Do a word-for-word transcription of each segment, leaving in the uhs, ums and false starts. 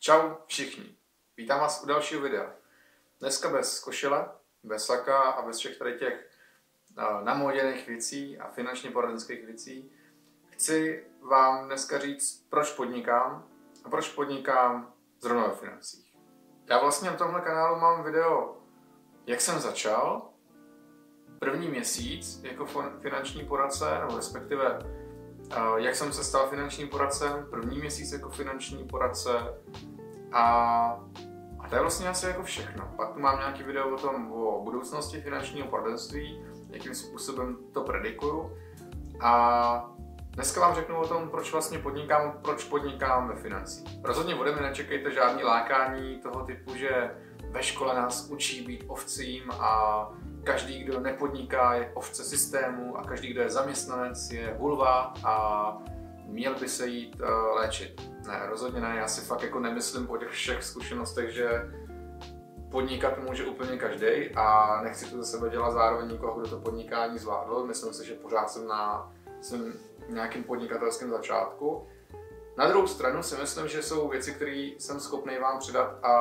Čau všichni, vítám vás u dalšího videa. Dneska bez košile, bez saka a bez všech tady těch namoděných věcí a finančně poradenských věcí chci vám dneska říct, proč podnikám a proč podnikám zrovna ve financích. Já vlastně na tomhle kanálu mám video, jak jsem začal, první měsíc jako finanční poradce, nebo respektive jak jsem se stal finančním poradcem, první měsíc jako finanční poradce a, a to je vlastně asi jako všechno. Pak tu mám nějaký video o tom, o budoucnosti finančního poradenství, jakým způsobem to predikuju a dneska vám řeknu o tom, proč vlastně podnikám, proč podnikám ve financích. Rozhodně ode mě nečekejte žádný lákání toho typu, že ve škole nás učí být ovcím a každý, kdo nepodniká, je ovce systému a každý, kdo je zaměstnanec, je vulva a měl by se jít uh, léčit. Ne, rozhodně ne, já si fakt jako nemyslím po těch všech zkušenostech, že podnikat může úplně každý a nechci tu ze sebe dělat zároveň nikoho, kdo to podnikání zvládl. Myslím si, že pořád jsem na svým nějakým podnikatelském začátku. Na druhou stranu si myslím, že jsou věci, které jsem schopný vám předat a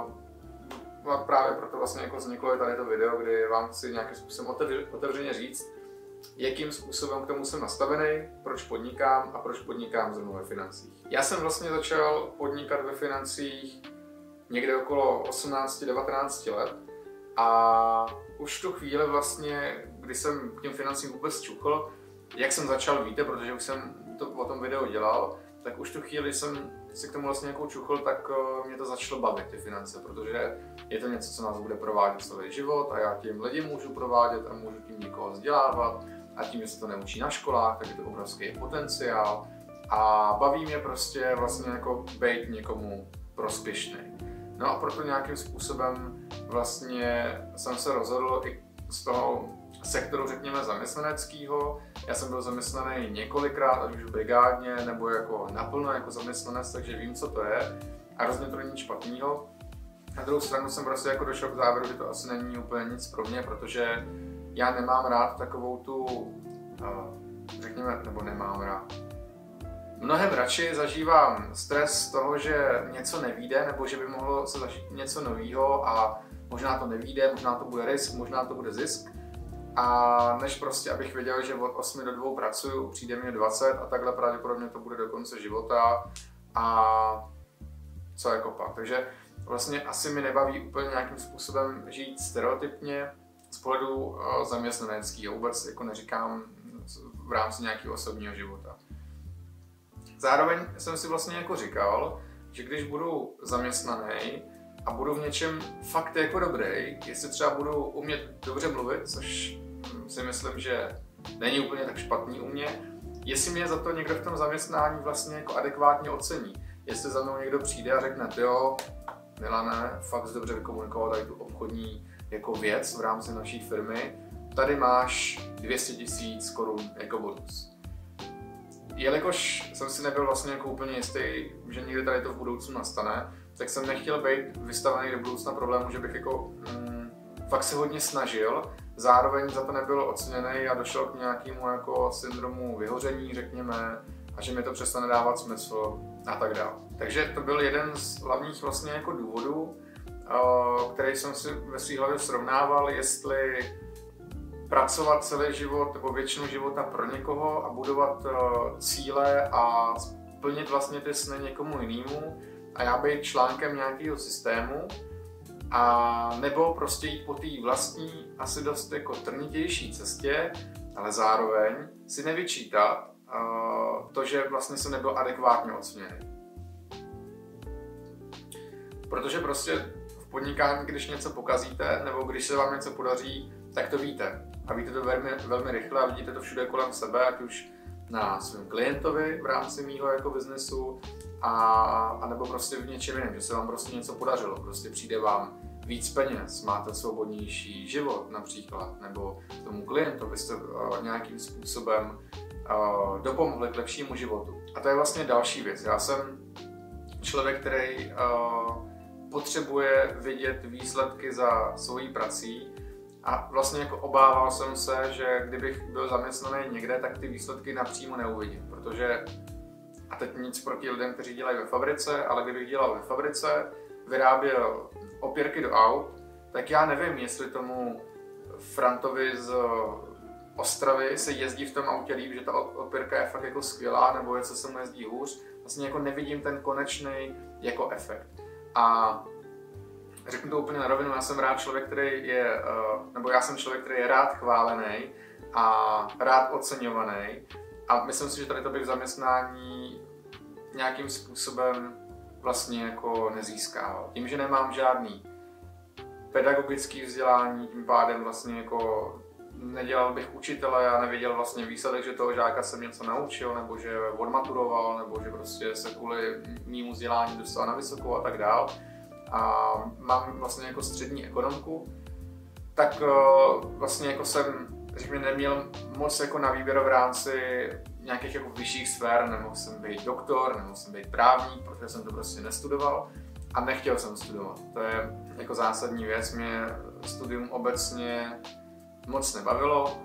a právě proto vlastně jako vzniklo je tady to video, kdy vám chci nějakým způsobem otevř, otevřeně říct, jakým způsobem k tomu jsem nastavený, proč podnikám a proč podnikám zrovna ve financích. Já jsem vlastně začal podnikat ve financích někde okolo osmnácti devatenácti let a už tu chvíli vlastně, kdy jsem k těm financím vůbec čuchl, jak jsem začal, víte, protože už jsem to o tom video dělal, tak už tu chvíli jsem si k tomu vlastně jako čuchl, tak mě to začalo bavit, ty finance, protože je to něco, co nás bude provádět celý život a já tím lidi můžu provádět a můžu tím někoho vzdělávat a tím, že se to neučí na školách, tak je to obrovský potenciál a baví mě prostě vlastně jako být někomu prospěšný. No a proto nějakým způsobem vlastně jsem se rozhodl i z toho sektoru, řekněme, zaměstnaneckého. Já jsem byl zaměstnaný několikrát, ať už brigádně nebo jako naplno jako zaměstnanec, takže vím, co to je a rozhodně to není špatného. Na druhou stranu jsem prostě jako došel k závěru, že to asi není úplně nic pro mě, protože já nemám rád takovou tu, řekněme, nebo nemám rád. Mnohem radši zažívám stres z toho, že něco nevyjde, nebo že by mohlo se zažít něco nového a možná to nevyjde, možná to bude risk, možná to bude zisk. A než prostě, abych věděl, že od osmi do dvou pracuju, přijde mi dvacet a takhle pravděpodobně to bude do konce života a co jako pak. Takže vlastně asi mi nebaví úplně nějakým způsobem žít stereotypně z pohledu zaměstnaneckého. Vůbec jako neříkám v rámci nějakého osobního života. Zároveň jsem si vlastně jako říkal, že když budu zaměstnaný a budu v něčem fakt jako dobrý, jestli třeba budu umět dobře mluvit, což si myslím, že není úplně tak špatný u mě, jestli mě za to někdo v tom zaměstnání vlastně jako adekvátně ocení. Jestli za mnou někdo přijde a řekne, jo, Milane, fakt dobře vykomunikoval tady tu obchodní jako věc v rámci naší firmy, tady máš dvě stě tisíc korun jako bonus. Jelikož jsem si nebyl vlastně jako úplně jistý, že někdy tady to v budoucnu nastane, tak jsem nechtěl být vystavený do budoucna problému, že bych jako mm, fakt se hodně snažil, zároveň za to nebyl oceněný a došel k nějakému jako syndromu vyhoření, řekněme, a že mi to přestane dávat smysl a tak dále. Takže to byl jeden z hlavních vlastně jako důvodů, který jsem si ve své hlavě srovnával, jestli pracovat celý život nebo většinu života pro někoho a budovat cíle a splnit vlastně ty sny někomu jinému a já být článkem nějakého systému a nebo prostě jít po té vlastní asi dost jako trnitější cestě, ale zároveň si nevyčítat uh, to, že vlastně jsem nebyl adekvátně oceněný. Protože prostě v podnikání, když něco pokazíte nebo když se vám něco podaří, tak to víte. A víte to velmi, velmi rychle a vidíte to všude kolem sebe, ať už na svém klientovi v rámci mýho jako biznesu a, a nebo prostě v něčem jiném, že se vám prostě něco podařilo, prostě přijde vám víc peněz, máte svobodnější život například, nebo tomu klientovi jste uh, nějakým způsobem uh, dopomohli k lepšímu životu. A to je vlastně další věc. Já jsem člověk, který uh, potřebuje vidět výsledky za svojí prací a vlastně jako obával jsem se, že kdybych byl zaměstnaný někde, tak ty výsledky napřímo neuvidím, protože a teď nic proti lidem, kteří dělají ve fabrice, ale kdybych dělal ve fabrice, vyráběl opěrky do aut, tak já nevím, jestli tomu Frantovi z Ostravy se jezdí v tom autě líp, že ta opěrka je fakt jako skvělá, nebo jestli se mu jezdí hůř. Vlastně jako nevidím ten konečný jako efekt. A řeknu to úplně na rovinu, já jsem rád člověk, který je, nebo já jsem člověk, který je rád chválený a rád oceňovaný. A myslím si, že tady to bych v zaměstnání nějakým způsobem vlastně jako nezískával. Tím, že nemám žádný pedagogický vzdělání, tím pádem vlastně jako nedělal bych učitele a neviděl vlastně výsledek, že toho žáka jsem něco naučil, nebo že odmaturoval, nebo že prostě se kvůli mému vzdělání dostal na vysokou a tak dál. A mám vlastně jako střední ekonomku, tak vlastně jako jsem, řekněme, neměl moc jako na výběr v rámci nějakých jako vyšších sfér, nemohl jsem být doktor, nemohl jsem být právník, protože jsem to prostě nestudoval a nechtěl jsem studovat. To je jako zásadní věc, mě studium obecně moc nebavilo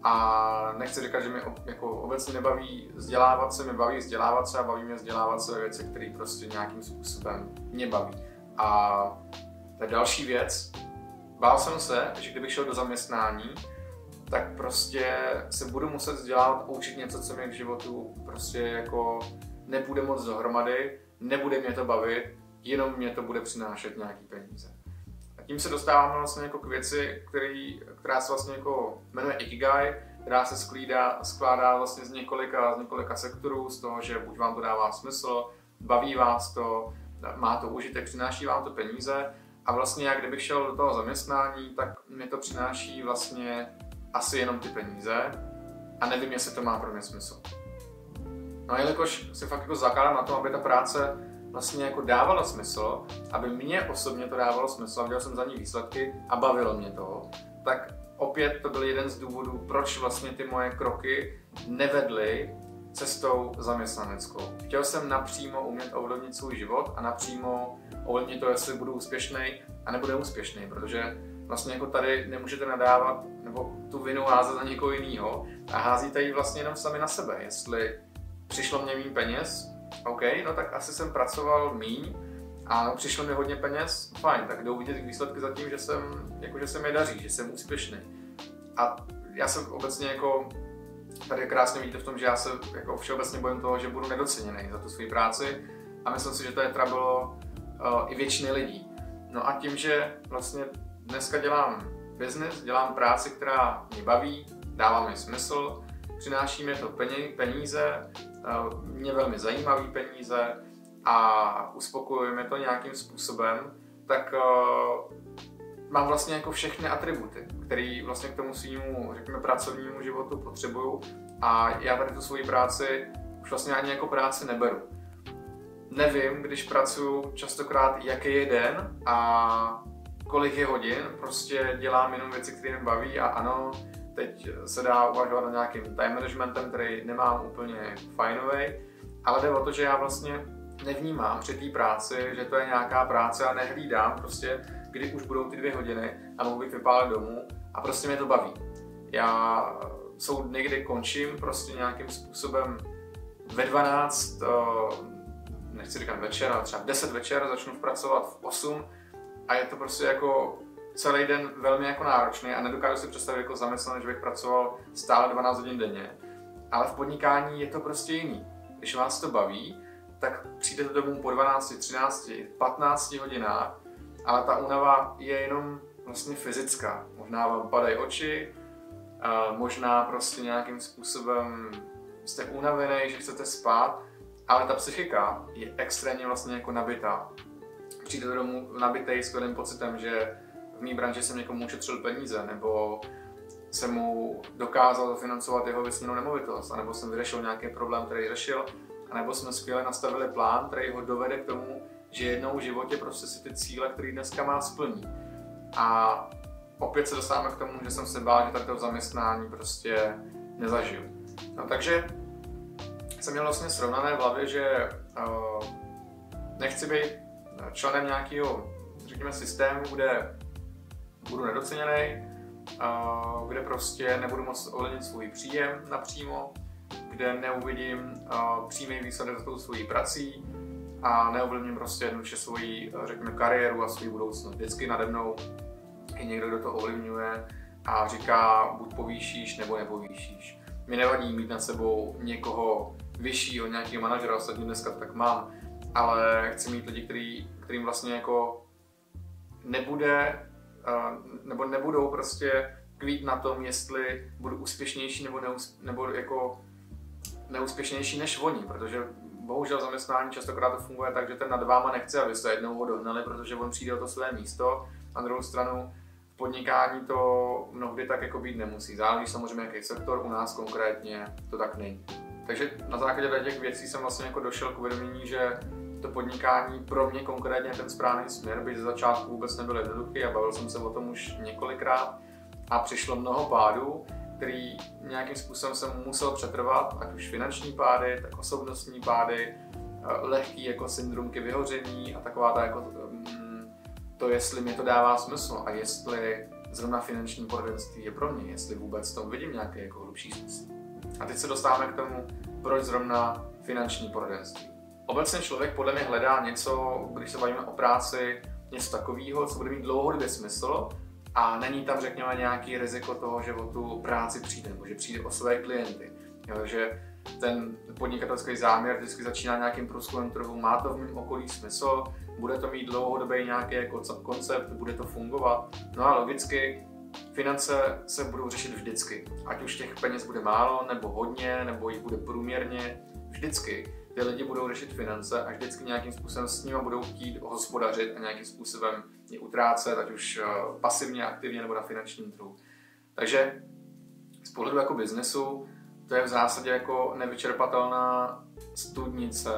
a nechci říkat, že mě jako obecně nebaví vzdělávat se, mě baví vzdělávat se a baví mě vzdělávat se věci, které prostě nějakým způsobem mě baví. A to je další věc. Bál jsem se, že kdybych šel do zaměstnání, tak prostě se budu muset vzdělávat a učit něco, co mě v životu prostě jako nebude moc dohromady, nebude mě to bavit, jenom mě to bude přinášet nějaký peníze. A tím se dostáváme vlastně jako k věci, který, která se vlastně jako jmenuje Ikigai, která se sklídá, skládá vlastně z několika, z několika sektorů, z toho, že buď vám to dává smysl, baví vás to, má to užitek, přináší vám to peníze a vlastně jak kdybych šel do toho zaměstnání, tak mi to přináší vlastně asi jenom ty peníze a nevím, jestli to má pro mě smysl. No a jelikož si fakt jako zakládám na tom, aby ta práce vlastně jako dávala smysl, aby mě osobně to dávalo smysl a viděl jsem za ní výsledky a bavilo mě to, tak opět to byl jeden z důvodů, proč vlastně ty moje kroky nevedly cestou zaměstnaneckou. Chtěl jsem napřímo umět ovlivnit svůj život a napřímo ovlivnit to, jestli budu úspěšný a nebudu úspěšný, protože vlastně jako tady nemůžete nadávat nebo tu vinu házet za někoho jiného a házíte ji vlastně jenom sami na sebe. Jestli přišlo mě méně peněz, OK, no tak asi jsem pracoval míň a přišlo mi hodně peněz, fajn, tak jdou vidět výsledky za tím, že jsem, jako, že se mi daří, že jsem úspěšný. A já jsem obecně jako, tady krásně vidíte v tom, že já se jako všeobecně bojím toho, že budu nedoceněný za tu svou práci a myslím si, že to je trouble uh, i většiny lidí. No a tím, že vlastně dneska dělám business, dělám práci, která mě baví, dává mi smysl, přináší mi to peníze, mě velmi zajímavé peníze a uspokojuje mě to nějakým způsobem, tak mám vlastně jako všechny atributy, které vlastně k tomu svýmu, řekněme, pracovnímu životu potřebuju a já tady tu svoji práci už vlastně ani jako práci neberu. Nevím, když pracuji častokrát, jaký je den a kolik je hodin, prostě dělám jenom věci, které mě baví a ano, teď se dá uvažovat na nějakým time managementem, který nemám úplně fajnový, ale jde o to, že já vlastně nevnímám při té práci, že to je nějaká práce a nehlídám prostě, kdy už budou ty dvě hodiny a mohu bych vypálit domů a prostě mě to baví. Já jsou dny, kdy končím prostě nějakým způsobem ve dvanáct, nechci říkat večer, ale třeba v deset večer, začnu pracovat v osm a je to prostě jako celý den velmi jako náročný a nedokážu si představit jako zaměstnanec, že bych pracoval stále dvanáct hodin denně. Ale v podnikání je to prostě jiný. Když vás to baví, tak přijdete domů po dvanácti, třinácti, patnácti hodinách, ale ta únava je jenom vlastně fyzická. Možná vám padají oči, možná prostě nějakým způsobem jste unavený, že chcete spát, ale ta psychika je extrémně vlastně jako nabitá. Přijdete domů nabitej s skvělým pocitem, že v mý branži jsem někomu ušetřil peníze, nebo jsem mu dokázal zafinancovat jeho vysněnou nemovitost, anebo jsem vyřešil nějaký problém, který řešil, anebo jsme skvěle nastavili plán, který ho dovede k tomu, že jednou v životě prostě si ty cíle, který dneska má, splní. A opět se dostáváme k tomu, že jsem se bál, že tady to zaměstnání prostě nezažiju. No takže jsem měl vlastně srovnané v hlavě, že uh, nechci být členem nějakého, řekněme, systému, kde budu nedoceněný, uh, kde prostě nebudu moct ovlivnit svůj příjem napřímo, kde neuvidím uh, přímý výsledek za tou svojí prací a neovlivním prostě jednoduše svoji, řekněme, kariéru a svou budoucnost. Vždycky nade mnou je někdo, kdo to ovlivňuje a říká, buď povýšíš nebo nepovýšíš. Mi nevadí mít nad sebou někoho vyššího, nějakého manažera, ostatně dneska tak mám, ale chci mít lidi, který, kterým vlastně jako nebude, nebo nebudou prostě kvít na tom, jestli budu úspěšnější nebo, neús, nebo jako neúspěšnější než oni, protože bohužel zaměstnání častokrát to funguje tak, že ten nad váma nechce, abyste jednou ho dohnali, protože on přijde o to své místo. Na druhou stranu v podnikání to mnohdy tak jako být nemusí. Záleží samozřejmě, jaký sektor, u nás konkrétně to tak není. Takže na základě těch věcí jsem vlastně jako došel k uvědomění, že to podnikání pro mě konkrétně ten správný směr, byť ze začátku vůbec nebyl jednoduchý a bavil jsem se o tom už několikrát a přišlo mnoho pádů, který nějakým způsobem jsem musel přetrvat, ať už finanční pády, tak osobnostní pády, lehký jako syndromky vyhoření a taková ta jako to, jestli mi to dává smysl a jestli zrovna finanční poradenství je pro mě, jestli vůbec v tom vidím nějaký jako hlubší smysl. A teď se dostáváme k tomu, proč zrovna finanční poradenství. Obecně člověk podle mě hledá něco, když se bavíme o práci, něco takového, co bude mít dlouhodobě smysl a není tam, řekněme, nějaký riziko toho, že o tu práci přijde, nebo že přijde o své klienty. Jo, že ten podnikatelský záměr vždycky začíná nějakým průzkumem trhu, má to v mém okolí smysl, bude to mít dlouhodobý nějaký jako koncept, bude to fungovat. No a logicky finance se budou řešit vždycky. Ať už těch peněz bude málo, nebo hodně, nebo jich bude průměrně, vždycky. Ty lidi budou řešit finance a vždycky nějakým způsobem s nimi budou chtít hospodařit a nějakým způsobem je utrácet, ať už pasivně, aktivně nebo na finančním trhu. Takže z pohledu jako biznesu to je v zásadě jako nevyčerpatelná studnice,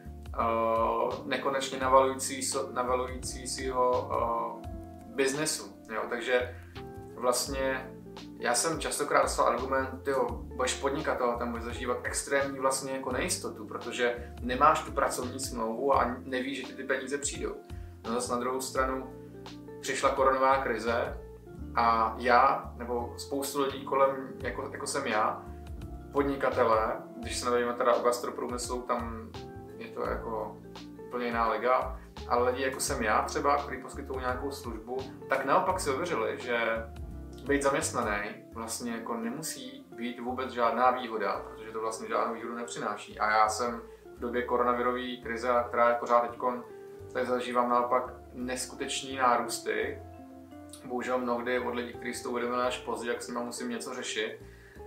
nekonečně navalující, navalující svýho biznesu. Jo? Takže vlastně já jsem častokrát dostal argument, tyjo, budeš podnikatel, tam budeš zažívat extrémní vlastně jako nejistotu, protože nemáš tu pracovní smlouvu a nevíš, že ty, ty peníze přijdou. No zase na druhou stranu přišla koronová krize a já, nebo spoustu lidí kolem, jako, jako jsem já, podnikatelé, když se nebavíme teda o gastroprůmyslu, tam je to jako úplně jiná liga, ale lidi jako jsem já třeba, kteří poskytují nějakou službu, tak naopak si ověřili, že být zaměstnaný vlastně jako nemusí být vůbec žádná výhoda, protože to vlastně žádnou výhodu nepřináší. A já jsem v době koronavirové krize, která je pořád teďkon, tak zažívám naopak neskutečný nárůsty. Bohužel mnohdy od lidí, kteří si to uvědomili až pozdě, jak s nimi musím něco řešit.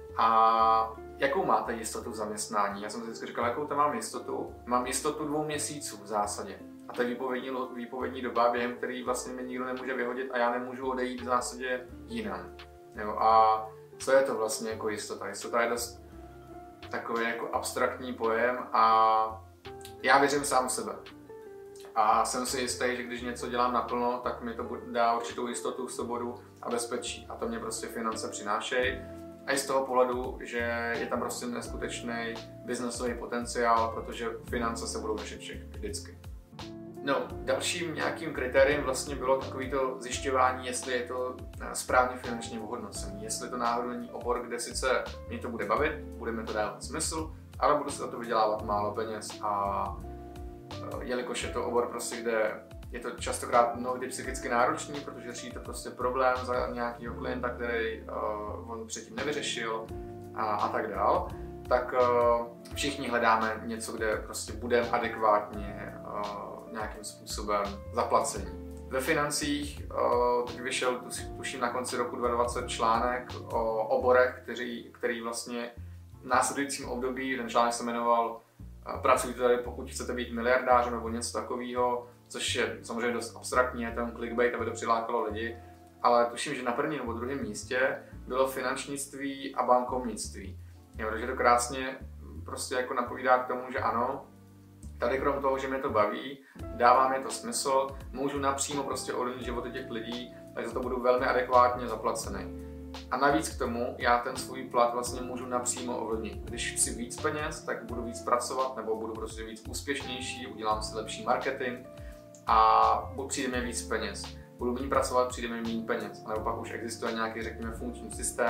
A jakou máte jistotu v zaměstnání? Já jsem si vždycky říkal, jakou tam mám jistotu? Mám jistotu dvou měsíců v zásadě. A to je výpovědní, výpovědní doba, během který vlastně mě nikdo nemůže vyhodit a já nemůžu odejít v zásadě jinam. Jo, a co je to vlastně jako jistota? Jistota je dost takový jako abstraktní pojem a já věřím sám v sebe. A jsem si jistý, že když něco dělám naplno, tak mi to dá určitou jistotu, svobodu a bezpečí. A to mě prostě finance přinášejí. A i z toho pohledu, že je tam prostě neskutečný biznesový potenciál, protože finance se budou řešit všech vždycky. No, dalším nějakým kritériem vlastně bylo takovýto zjišťování, jestli je to správně finančně ohodnocení, jestli to náhodou není obor, kde sice mě to bude bavit, bude mi to dávat smysl, ale budu se za to vydělávat málo peněz a jelikož je to obor prostě, kde je to častokrát mnohdy psychicky náročný, protože řešíte prostě problém za nějakého klienta, který uh, on předtím nevyřešil a, a tak dál, tak uh, všichni hledáme něco, kde prostě budeme adekvátně uh, nějakým způsobem zaplacení. Ve financích uh, teď vyšel, tuším na konci roku dva tisíce dvacet článek o oborech, který, který vlastně v následujícím období, ten článek se jmenoval Pracujte tady, pokud chcete být miliardářem nebo něco takového, což je samozřejmě dost abstraktní, je ten clickbait, aby to přilákalo lidi, ale tuším, že na prvním nebo druhém místě bylo finančnictví a bankovnictví. Jo, takže to krásně prostě jako napovídá k tomu, že ano, tady krom toho, že mě to baví, dává mi to smysl, můžu napřímo prostě ovlivnit životy těch lidí, tak za to budu velmi adekvátně zaplacený. A navíc k tomu já ten svůj plat vlastně můžu napřímo ovlivnit. Když chci víc peněz, tak budu víc pracovat nebo budu prostě víc úspěšnější, udělám si lepší marketing a přijde mi víc peněz. Budu méně pracovat, přijde mi méně peněz. A nebo pak už existuje nějaký, řekněme, funkční systém,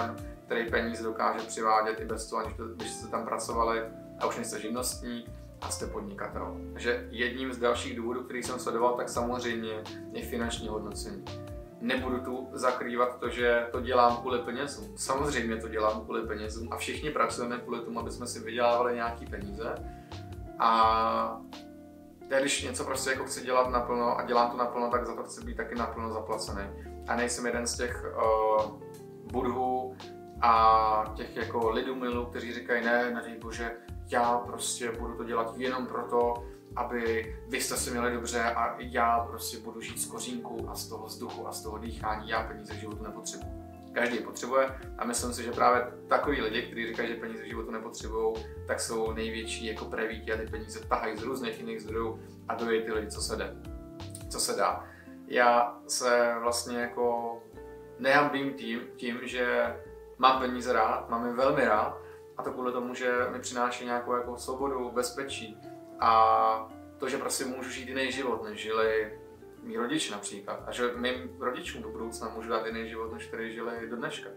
který peníze dokáže přivádět i bez toho, aniž byste tam pracovali a už nejste živnostník a jste podnikatel. Takže jedním z dalších důvodů, který jsem sledoval, tak samozřejmě je finanční hodnocení. Nebudu tu zakrývat to, že to dělám kvůli penězům. Samozřejmě to dělám kvůli penězům a všichni pracujeme kvůli tomu, aby jsme si vydělávali nějaký peníze. A když něco prostě jako chci dělat naplno a dělám to naplno, tak za to chci být taky naplno zaplacený. A nejsem jeden z těch uh, budhů a těch jako lidumilů, kteří říkají ne, nedej bože, já prostě budu to dělat jenom proto, aby vy jste si měli dobře a já prostě budu žít z kořínku a z toho vzduchu a z toho dýchání, já peníze v životu nepotřebuji. Každý je potřebuje a myslím si, že právě takový lidi, kteří říkají, že peníze v životu nepotřebují, tak jsou největší jako prevíti a ty peníze tahají z různých jiných zdrojů a dojí ty lidi, co se jde, co se dá. Já se vlastně jako nehambím tím, tím, že mám peníze rád, mám je velmi rád a to kvůli tomu, že mi přináší nějakou jako svobodu, bezpečí a to, že prostě můžu žít jiný život, než žili mý rodiče například. A že mým rodičům do budoucna můžu dát jiný život, než který žili do dneška.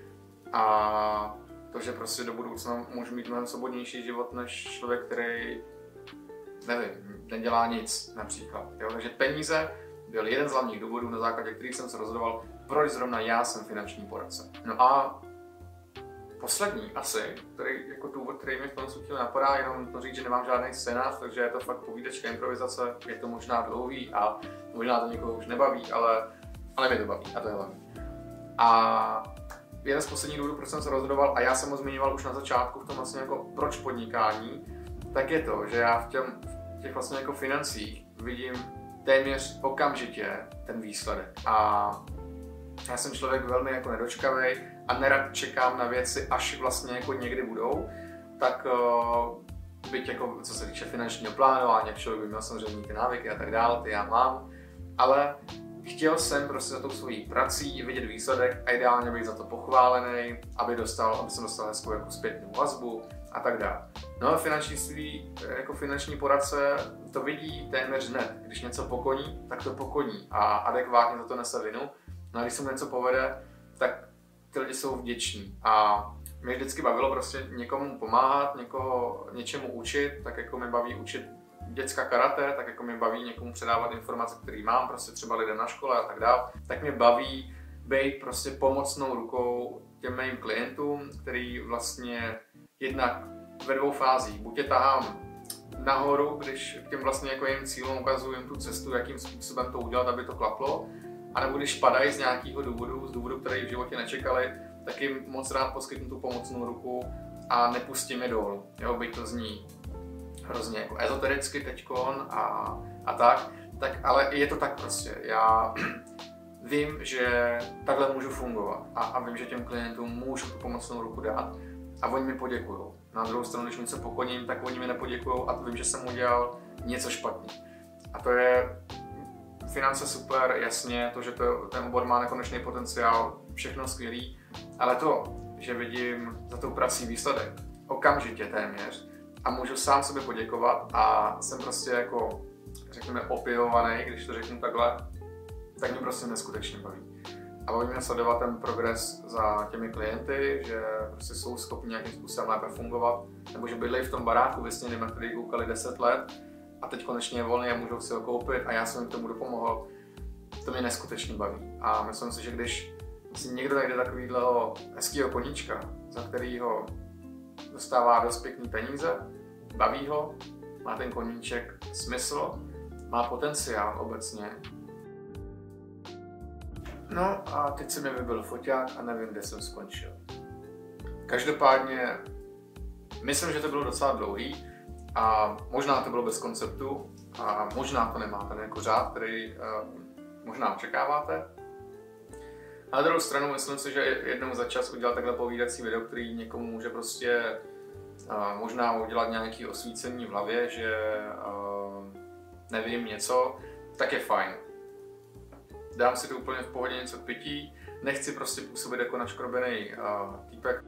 A to, že prostě do budoucna můžu mít mnohem svobodnější život, než člověk, který, nevím, nedělá nic například. Jo? Takže peníze byl jeden z hlavních důvodů, na základě kterých jsem se rozhodoval, proč zrovna já jsem finanční poradce. No a poslední asi, který, jako důvod, který mi v tom chvíli napadá, jenom to říct, že nemám žádný scénář, takže je to fakt povídečka, improvizace, je to možná dlouhý a možná to někoho už nebaví, ale, ale mě to baví a to je hlavní. A jeden z posledních důvodů, proč jsem se rozhodoval, a já jsem ho zmiňoval už na začátku v tom vlastně jako proč podnikání, tak je to, že já v, těm, v těch vlastně jako financích vidím téměř okamžitě ten výsledek. A já jsem člověk velmi jako nedočkavý a nerad čekám na věci, až vlastně jako někdy budou, tak uh, byť jako co se týče finančního plánování, jak člověk by měl samozřejmě ty návyky a tak dále, ty já mám, ale chtěl jsem prostě za tou svojí prací vidět výsledek a ideálně být za to pochválený, aby dostal, aby jsem dostal hezkou jako zpětnou vazbu a tak dále. No a finančnictví, jako finanční poradce to vidí téměř hned. Když něco pokoní, tak to pokoní a adekvátně za to nese vinu. No a když se mu něco povede, tak ty lidi jsou vděční. A mě vždycky bavilo prostě někomu pomáhat, někoho něčemu učit, tak jako mě baví učit dětská karate, tak jako mě baví někomu předávat informace, které mám, prostě třeba lidem na škole a tak dále. Tak mě baví být prostě pomocnou rukou těm mým klientům, který vlastně jednak ve dvou fázích. Buď je tahám nahoru, když těm vlastně jako jim cílům ukazuju jim tu cestu, jakým způsobem to udělat, aby to klaplo, anebo když padají z nějakého důvodu, z důvodu, který v životě nečekali, tak jim moc rád poskytnu tu pomocnou ruku a nepustím je dolů. Jo, byť to zní hrozně jako ezotericky teďkon a, a tak, tak, ale je to tak prostě. Já vím, že takhle můžu fungovat a, a vím, že těm klientům můžu tu pomocnou ruku dát a oni mi poděkujou. Na druhou stranu, když něco pokoním, tak oni mi nepoděkujou a vím, že jsem udělal něco špatně. A to je finance super, jasně, to, že to, ten obor má nekonečný potenciál, všechno skvělý, ale to, že vidím za tou prací výsledek, okamžitě téměř, a můžu sám sobě poděkovat a jsem prostě jako, řekněme, opěvovaný, když to řeknu takhle, tak mě prostě neskutečně baví. A baví mě sledovat ten progres za těmi klienty, že prostě jsou schopni nějakým způsobem lépe fungovat, nebo že bydlejí v tom baráku vysněným, na který koukali deset let a teď konečně je volný a můžou si ho koupit a já jsem jim k tomu dopomohl. To mě neskutečně baví. A myslím si, že když si někdo najde takovýhleho hezkýho koníčka, za kterýho dostává dost pěkný peníze, baví ho, má ten koníček smysl, má potenciál obecně. No a teď se mi vybil foťák a nevím, kde jsem skončil. Každopádně myslím, že to bylo docela dlouhý a možná to bylo bez konceptu a možná to nemá ten jako řád, který uh, možná očekáváte. Na druhou stranu myslím si, že jednou za čas udělat takhle povídací video, který někomu může prostě uh, možná udělat nějaké osvícení v hlavě, že uh, nevím něco, tak je fajn. Dám si to úplně v pohodě něco k pití, nechci prostě působit jako naškrobený uh, týpek.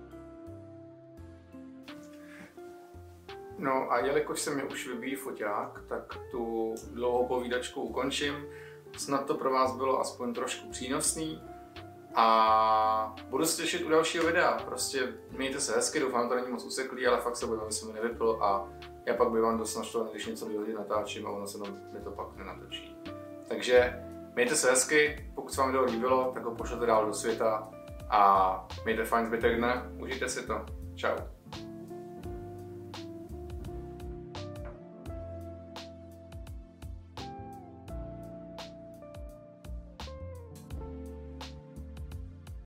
No a jelikož se mi už vybíjí foťák, tak tu dlouhou povídačku ukončím. Snad to pro vás bylo aspoň trošku přínosný A budu se těšit u dalšího videa. Prostě mějte se hezky, doufám, to není moc useklý, ale fakt se bojím, aby se mi nevypl a já pak bývám dost naštvaný, když něco dvě hodiny natáčím a ono se mi to pak nenatočí. Takže mějte se hezky, pokud se vám video líbilo, tak ho pošlete dál do světa a mějte fajn zbytek dne, užijte si to. Čau.